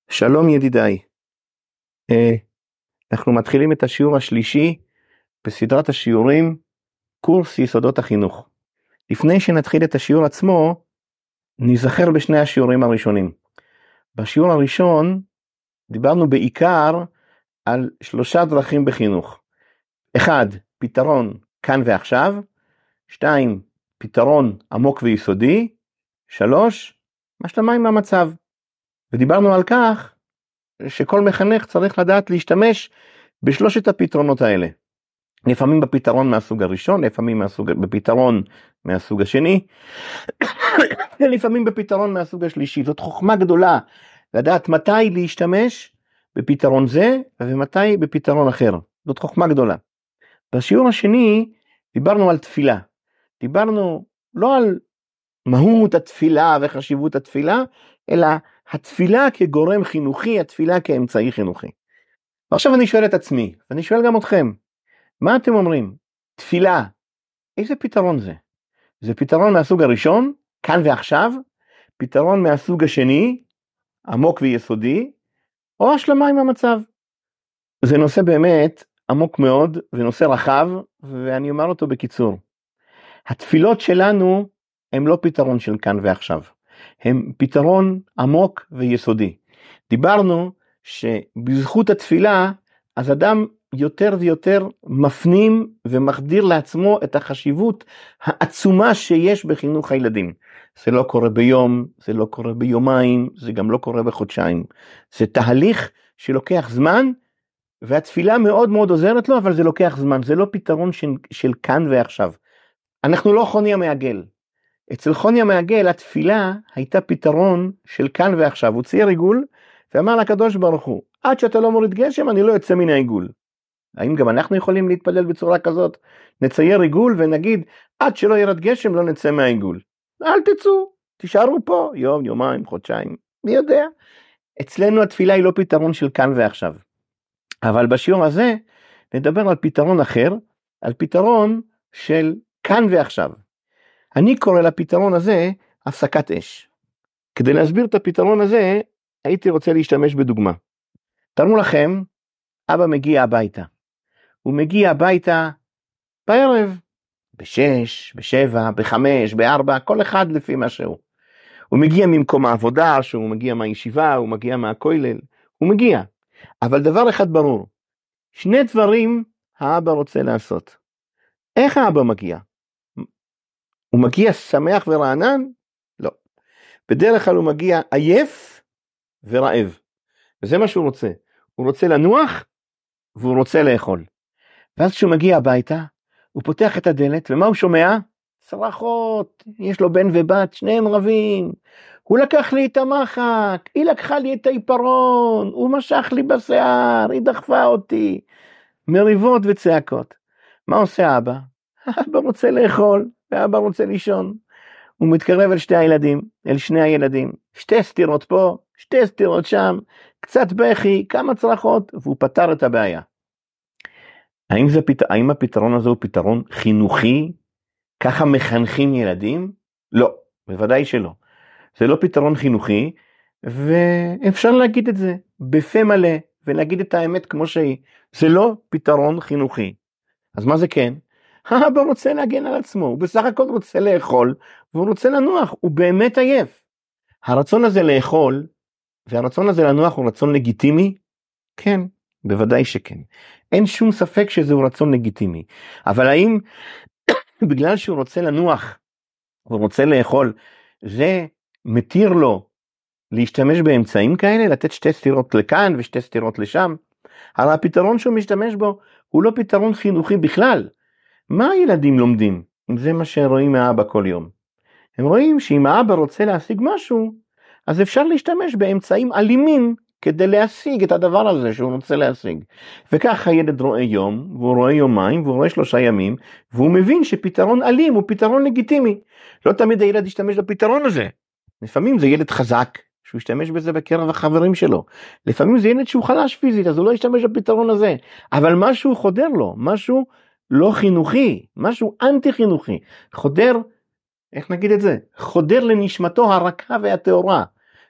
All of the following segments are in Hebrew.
שלום ידידיי, אנחנו מתחילים את השיעור השלישי בסדרת השיעורים קורס יסודות החינוך. לפני שנתחיל את השיעור עצמו, נזכר בשני השיעורים הראשונים. בשיעור הראשון דיברנו בעיקר על 3 דרכים בחינוך. 1. פתרון כאן ועכשיו. 2. פתרון עמוק ויסודי. 3. השלמה עם המצב. ודיברנו על כך שכל מחנך צריך לדעת להשתמש בשלושת הפתרונות האלה. לפעמים בפתרון מהסוג הראשון, לפעמים בפתרון מהסוג השני, ולפעמים בפתרון מהסוג השלישי. זאת חוכמה גדולה לדעת מתי להשתמש בפתרון זה ומתי בפתרון אחר. זאת חוכמה גדולה. בשיעור השני דיברנו על תפילה. דיברנו לא על מהות התפילה וחשיבות התפילה, אלא התפילה כגורם חינוכי, התפילה כאמצעי חינוכי. ועכשיו אני שואל את עצמי, ואני שואל גם אתכם, מה אתם אומרים? תפילה, איזה פתרון זה? זה פתרון מהסוג הראשון, כאן ועכשיו, פתרון מהסוג השני, עמוק ויסודי, או השלמה עם המצב? זה נושא באמת עמוק מאוד, ונושא רחב, ואני אומר אותו בקיצור. התפילות שלנו הם לא פתרון של כאן ועכשיו. הם פתרון עמוק ויסודי. דיברנו שבזכות התפילה, אז אדם יותר ויותר מפנים ומחדיר לעצמו את החשיבות העצומה שיש בחינוך הילדים. זה לא קורה ביום, זה לא קורה ביומיים, זה גם לא קורה בחודשיים. זה תהליך שלוקח זמן, והתפילה מאוד מאוד עוזרת לו, אבל זה לוקח זמן. זה לא פתרון של כאן ועכשיו. אנחנו לא חוני המעגל. אצל חוני המעגל התפילה הייתה פתרון של כאן ועכשיו. הוא צייר עיגול ואמר לקדוש ברוך הוא, עד שאתה לא מוריד גשם אני לא יוצא מן העיגול. האם גם אנחנו יכולים להתפלל בצורה כזאת? נצייר עיגול ונגיד עד שלא ירד גשם לא נצא מהעיגול. אל תצאו, תישארו פה יום, יומיים, חודשיים, מי יודע. אצלנו התפילה היא לא פתרון של כאן ועכשיו. אבל בשיעור הזה נדבר על פתרון אחר, על פתרון של כאן ועכשיו. אני קורא לפתרון הזה הפסקת אש. כדי להסביר את הפתרון הזה, הייתי רוצה להשתמש בדוגמה. תראו לכם, אבא מגיע הביתה. הוא מגיע הביתה בערב, ב6, ב7, ב5, ב4, כל אחד לפי מה שהוא. הוא מגיע ממקום העבודה, שהוא מגיע מהישיבה, הוא מגיע מהכולל, הוא מגיע. אבל דבר אחד ברור, 2 דברים האבא רוצה לעשות. איך האבא מגיע? הוא מגיע שמח ורענן? לא. בדרך כלל הוא מגיע עייף ורעב. וזה מה שהוא רוצה. הוא רוצה לנוח והוא רוצה לאכול. ואז כשהוא מגיע הביתה, הוא פותח את הדלת, ומה הוא שומע? צרחות. יש לו בן ובת, שניהם רבים. הוא לקח לי את המחק, היא לקחה לי את העיפרון, הוא משך לי בשיער, היא דחפה אותי. מריבות וצעקות. מה עושה אבא? אבא רוצה לאכול. ואבא רוצה לישון. הוא מתקרב אל שני הילדים, 2 סתירות פה, 2 סתירות שם, קצת בכי, כמה צרחות, והוא פתר את הבעיה. האם הפתרון הזה הוא פתרון חינוכי? ככה מחנכים ילדים? לא, בוודאי שלא. זה לא פתרון חינוכי, ואפשר להגיד את זה בפה מלא, ולהגיד את האמת כמו שהיא. זה לא פתרון חינוכי. אז מה זה כן? האבא רוצה להגן על עצמו, הוא בסך הכל רוצה לאכול, והוא רוצה לנוח, הוא באמת עייף. הרצון הזה לאכול, והרצון הזה לנוח הוא רצון לגיטימי? כן, בוודאי שכן. אין שום ספק שזהו רצון לגיטימי. אבל האם בגלל שהוא רוצה לנוח, הוא רוצה לאכול, זה מתיר לו להשתמש באמצעים כאלה, לתת 2 סתירות לכאן ו2 סתירות לשם? הרי הפתרון שהוא משתמש בו, הוא לא פתרון חינוכי בכלל. מה הילדים לומדים? אם זה מה שרואים מהאבא כל יום. הם רואים שאם האבא רוצה להשיג משהו, אז אפשר להשתמש באמצעים אלימים, כדי להשיג את הדבר הזה שהוא רוצה להשיג. וכך הילד רואה יום, והוא רואה יומיים, והוא רואה 3 ימים, והוא מבין שפתרון אלים הוא פתרון לגיטימי. לא תמיד הילד ישתמש בפתרון הזה. לפעמים זה ילד חזק, שהוא ישתמש בזה בקרב החברים שלו. לפעמים זה ילד שהוא חלש פיזית, אז הוא לא ישתמש בפתרון הזה. אבל משהו חודר לו, משהו לא חינוכי, משהו אנטי חינוכי, חודר, איך נגיד את זה? חודר לנשמתו הרכה והטהורה,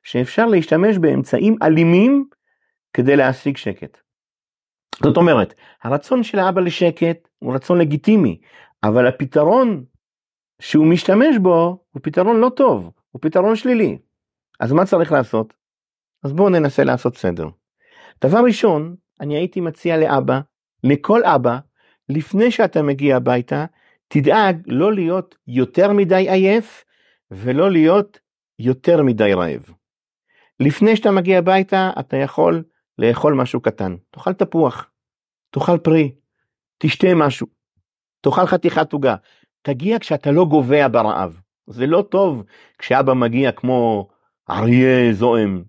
שאפשר להשתמש באמצעים אלימים כדי להשיג שקט. זאת אומרת, הרצון של האבא לשקט הוא רצון לגיטימי, אבל הפתרון שהוא משתמש בו הוא פתרון לא טוב, הוא פתרון שלילי. אז מה צריך לעשות? אז בואו ננסה לעשות סדר. דבר ראשון, אני הייתי מציע לאבא, לכל אבא, לפני שאתה מגיע הביתה, תדאג לא להיות יותר מדי עייף, ולא להיות יותר מדי רעב. לפני שאתה מגיע הביתה, אתה יכול לאכול משהו קטן. תאכל תפוח, תאכל פרי, תשתה משהו, תאכל חתיכת עוגה. תגיע כשאתה לא גובע ברעב. זה לא טוב כשאבא מגיע כמו אריה זועם.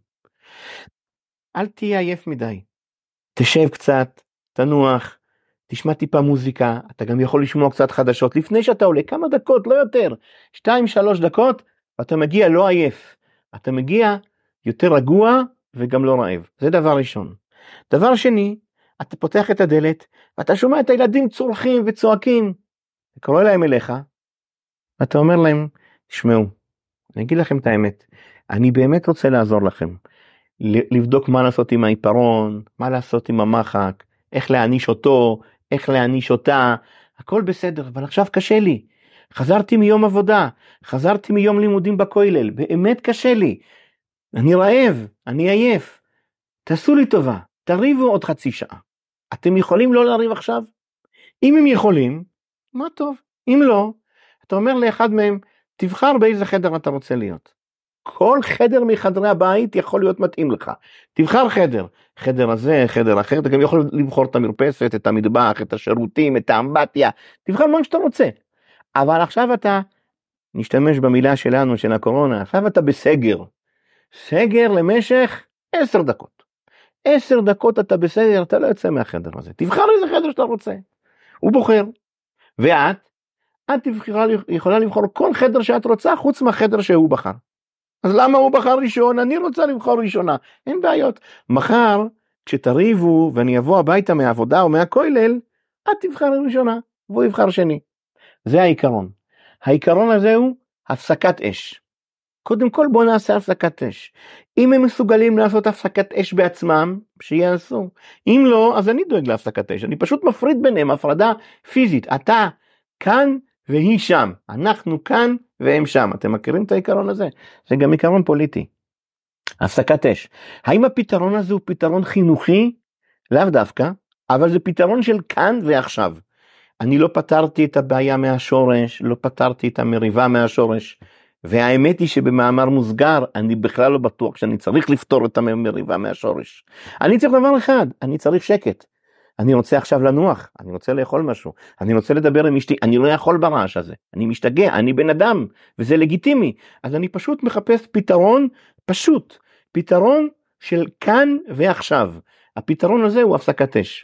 אל תהיה עייף מדי. תשב קצת, תנוח, תשמע טיפה מוזיקה, אתה גם יכול לשמוע קצת חדשות, לפני שאתה עולה כמה דקות, לא יותר, 2-3 דקות, ואתה מגיע לא עייף, אתה מגיע יותר רגוע וגם לא רעב, זה דבר ראשון. דבר שני, אתה פותח את הדלת, ואתה שומע את הילדים צורכים וצועקים, וקורא להם אליך, ואתה אומר להם, תשמעו, אני אגיד לכם את האמת, אני באמת רוצה לעזור לכם, לבדוק מה לעשות עם העיפרון, מה לעשות עם המחק, איך להעניש אותו, איך להעניש אותה, הכל בסדר, אבל עכשיו קשה לי, חזרתי מיום עבודה, חזרתי מיום לימודים בכולל, באמת קשה לי, אני רעב, אני עייף, תעשו לי טובה, תריבו עוד חצי שעה, אתם יכולים לא לריב עכשיו? אם הם יכולים, מה טוב, אם לא, אתה אומר לאחד מהם, תבחר באיזה חדר אתה רוצה להיות. כל חדר מחדרי הבית יכול להיות מתאים לך. תבחר חדר. חדר הזה, חדר אחר, אתה גם יכול לבחור את המרפסת, את המטבח, את השירותים, את האמבטיה. תבחר מה שאתה רוצה. אבל עכשיו אתה, נשתמש במילה שלנו, של הקורונה, עכשיו אתה בסגר. סגר למשך 10 דקות. 10 דקות אתה בסגר, אתה לא יוצא מהחדר הזה. תבחר איזה חדר שאתה רוצה. הוא בוחר. את יכולה לבחור כל חדר שאת רוצה, חוץ מהחדר שהוא בחר. אז למה הוא בחר ראשון? אני רוצה לבחור ראשונה. אין בעיות. מחר, כשתריבו ואני אבוא הביתה מהעבודה או מהכולל, את תבחר ראשונה, והוא יבחר שני. זה העיקרון. העיקרון הזה הוא הפסקת אש. קודם כל בוא נעשה הפסקת אש. אם הם מסוגלים לעשות הפסקת אש בעצמם, שיעשו. אם לא, אז אני דואג להפסקת אש. אני פשוט מפריד ביניהם, הפרדה פיזית. אתה כאן והיא שם. אנחנו כאן והם שם. אתם מכירים את העיקרון הזה? זה גם עיקרון פוליטי. הפסקת אש. האם הפתרון הזה הוא פתרון חינוכי? לאו דווקא, אבל זה פתרון של כאן ועכשיו. אני לא פתרתי את הבעיה מהשורש, לא פתרתי את המריבה מהשורש, והאמת היא שבמאמר מוסגר, אני בכלל לא בטוח שאני צריך לפתור את המריבה מהשורש. אני צריך דבר אחד, אני צריך שקט. אני רוצה עכשיו לנוח, אני רוצה לאכול משהו, אני רוצה לדבר עם אשתי, אני לא יכול ברעש הזה, אני משתגע, אני בן אדם, וזה לגיטימי. אז אני פשוט מחפש פתרון פשוט, פתרון של כאן ועכשיו. הפתרון הזה הוא הפסקת אש.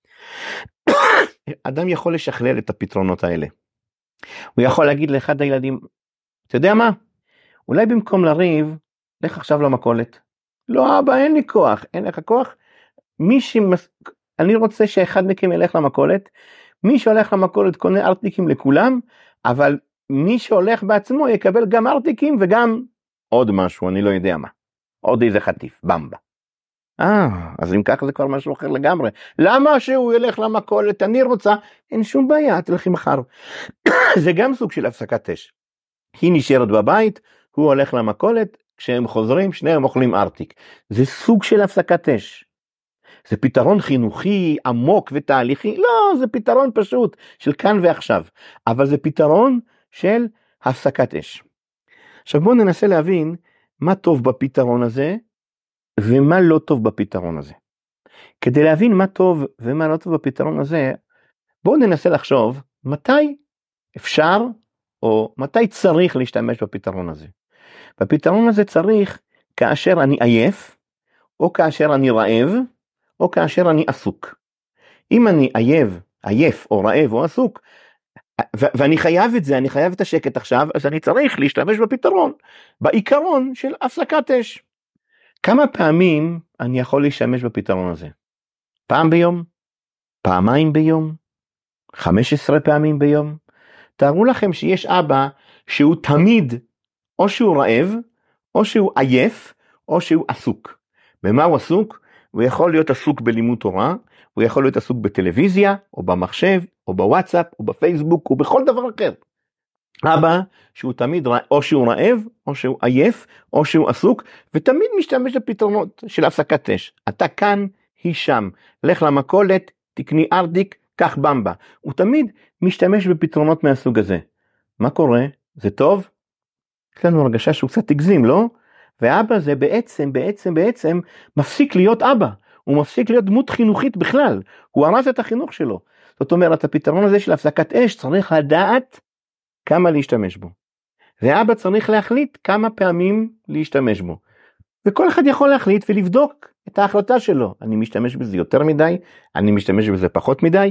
אדם יכול לשכלל את הפתרונות האלה. הוא יכול להגיד לאחד הילדים, אתה יודע מה? אולי במקום לריב, לך עכשיו למכולת. לא אבא, אין לי כוח, אין לך כוח? אני רוצה שאחד מכם ילך למכולת, מי שהולך למכולת קונה ארטיקים לכולם, אבל מי שהולך בעצמו יקבל גם ארטיקים וגם עוד משהו, אני לא יודע מה. עוד איזה חטיף, במבה. אז אם ככה זה כבר משהו אחר לגמרי. למה שהוא ילך למכולת? אני רוצה, אין שום בעיה, תלכי מחר. זה גם סוג של הפסקת אש. היא נשארת בבית, הוא הולך למכולת, כשהם חוזרים, שניהם אוכלים ארטיק. זה סוג של הפסקת אש. זה פתרון חינוכי עמוק ותהליכי? לא, זה פתרון פשוט של כאן ועכשיו. אבל זה פתרון של הפסקת אש. עכשיו בואו ננסה להבין מה טוב בפתרון הזה, ומה לא טוב בפתרון הזה. כדי להבין מה טוב ומה לא טוב בפתרון הזה, בואו ננסה לחשוב מתי אפשר או מתי צריך להשתמש בפתרון הזה. בפתרון הזה צריך כאשר אני עייף, או כאשר אני רעב, או כאשר אני עסוק. אם אני עייף או רעב או עסוק, ואני חייב את זה, אני חייב את השקט עכשיו, אז אני צריך להשתמש בפתרון, בעיקרון של הפסקת אש. כמה פעמים אני יכול להשתמש בפתרון הזה? פעם ביום? פעמיים ביום? 15 פעמים ביום? תארו לכם שיש אבא שהוא תמיד, או שהוא רעב, או שהוא עייף, או שהוא עסוק. במה הוא עסוק? הוא יכול להיות עסוק בלימוד תורה, הוא יכול להיות עסוק בטלוויזיה, או במחשב, או בוואטסאפ, או בפייסבוק, או בכל דבר אחר. אבא שהוא תמיד או שהוא רעב, או שהוא עייף, או שהוא עסוק, ותמיד משתמש בפתרונות של הפסקת אש. אתה כאן, היא שם. לך למכולת, תקני ארדיק, קח במבה. הוא תמיד משתמש בפתרונות מהסוג הזה. מה קורה? זה טוב? יש לנו הרגשה שהוא קצת תגזים, לא? ואבא זה בעצם מפסיק להיות אבא. הוא מפסיק להיות דמות חינוכית בכלל. הוא הרס את החינוך שלו. זאת אומרת, הפתרון הזה של הפסקת אש צריך לדעת כמה להשתמש בו. ואבא צריך להחליט כמה פעמים להשתמש בו. וכל אחד יכול להחליט ולבדוק את ההחלטה שלו. אני משתמש בזה יותר מדי, אני משתמש בזה פחות מדי,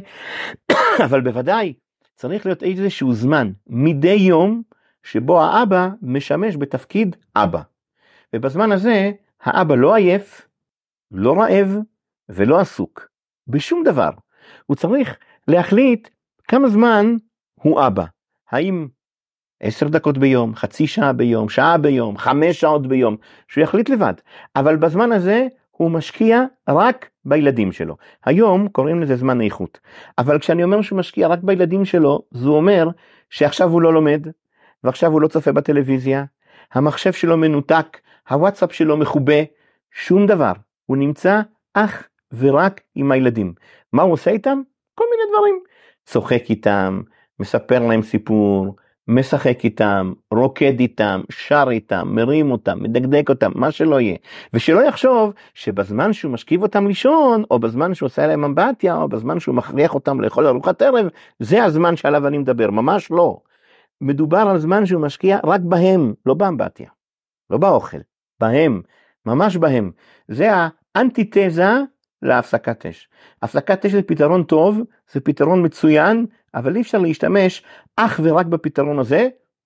אבל בוודאי צריך להיות איזשהו זמן, מדי יום, שבו האבא משמש בתפקיד אבא. ובזמן הזה, האבא לא עייף, לא רעב ולא עסוק. בשום דבר. הוא צריך להחליט כמה זמן הוא אבא. האם 10 דקות ביום, חצי שעה ביום, שעה ביום, 5 שעות ביום, שהוא יחליט לבד. אבל בזמן הזה הוא משקיע רק בילדים שלו. היום קוראים לזה זמן איכות. אבל כשאני אומר שהוא משקיע רק בילדים שלו, זה אומר שעכשיו הוא לא לומד, ועכשיו הוא לא צופה בטלוויזיה, המחשב שלו מנותק, הוואטסאפ שלו מחובה, שום דבר. הוא נמצא אך ורק עם הילדים. מה הוא עושה איתם? כל מיני דברים. צוחק איתם, מספר להם סיפור, משחק איתם, רוקד איתם, שר איתם, מרים אותם, מדקדק אותם, מה שלא יהיה. ושלא יחשוב שבזמן שהוא משכיב אותם לישון, או בזמן שהוא עושה להם אמבטיה, או בזמן שהוא מכריח אותם לאכול ארוחת ערב, זה הזמן שעליו אני מדבר, ממש לא. מדובר על זמן שהוא משקיע רק בהם, לא באמבטיה, לא באוכל, בהם, ממש בהם. זה האנטיתזה להפסקת אש. הפסקת אש זה פתרון טוב, זה פתרון מצוין, אבל אי אפשר להשתמש אך ורק בפתרון הזה.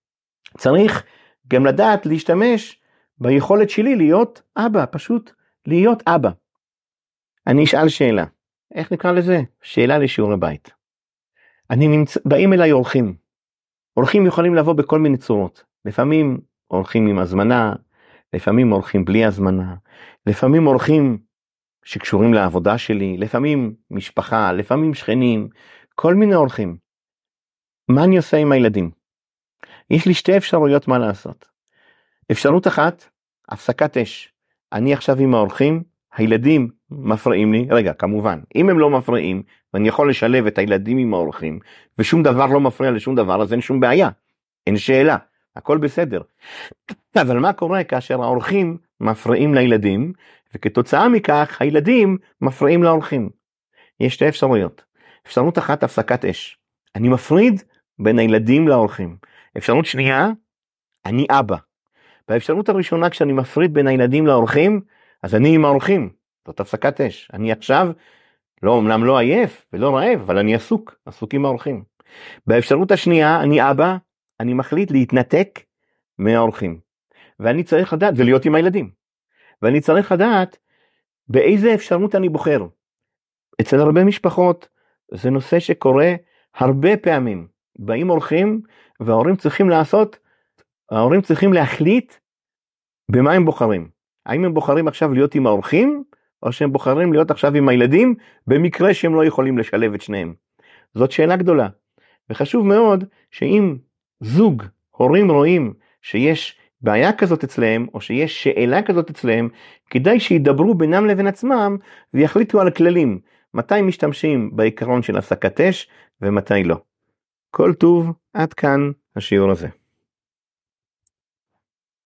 צריך גם לדעת להשתמש ביכולת שלי להיות אבא, פשוט להיות אבא. אני אשאל שאלה, איך נקרא לזה? שאלה לשיעורי בית. באים אליי אורחים. אורחים יכולים לבוא בכל מיני צורות. לפעמים אורחים עם הזמנה, לפעמים אורחים בלי הזמנה, לפעמים אורחים שקשורים לעבודה שלי, לפעמים משפחה, לפעמים שכנים, כל מיני אורחים. מה אני עושה עם הילדים? יש לי 2 אפשרויות מה לעשות. אפשרות אחת, הפסקת אש. אני עכשיו עם האורחים, הילדים מפריעים לי, רגע, כמובן, אם הם לא מפריעים, ואני יכול לשלב את הילדים עם האורחים, ושום דבר לא מפריע לשום דבר, אז אין שום בעיה, אין שאלה, הכל בסדר. אבל מה קורה כאשר האורחים מפריעים לילדים, וכתוצאה מכך הילדים מפריעים לאורחים? יש 2 אפשרויות. אפשרות אחת, הפסקת אש. אני מפריד בין הילדים לאורחים. אפשרות שנייה, אני אבא. באפשרות הראשונה, כשאני מפריד בין הילדים לאורחים, אז אני עם האורחים. זאת הפסקת אש. אני עכשיו, אומנם לא עייף ולא רעב, אבל אני עסוק עם האורחים. באפשרות השנייה, אני אבא, אני מחליט להתנתק מהאורחים. ואני צריך לדעת, ולהיות עם הילדים. ואני צריך לדעת באיזה אפשרות אני בוחר. אצל הרבה משפחות, זה נושא שקורה הרבה פעמים. באים אורחים, וההורים צריכים להחליט במה הם בוחרים. האם הם בוחרים עכשיו להיות עם האורחים, או שהם בוחרים להיות עכשיו עם הילדים, במקרה שהם לא יכולים לשלב את שניהם. זאת שאלה גדולה. וחשוב מאוד שאם זוג הורים רואים שיש בעיה כזאת אצלהם, או שיש שאלה כזאת אצלהם, כדאי שידברו בינם לבין עצמם, ויחליטו על הכללים, מתי משתמשים בעיקרון של הפסקת אש, ומתי לא. כל טוב, עד כאן השיעור הזה.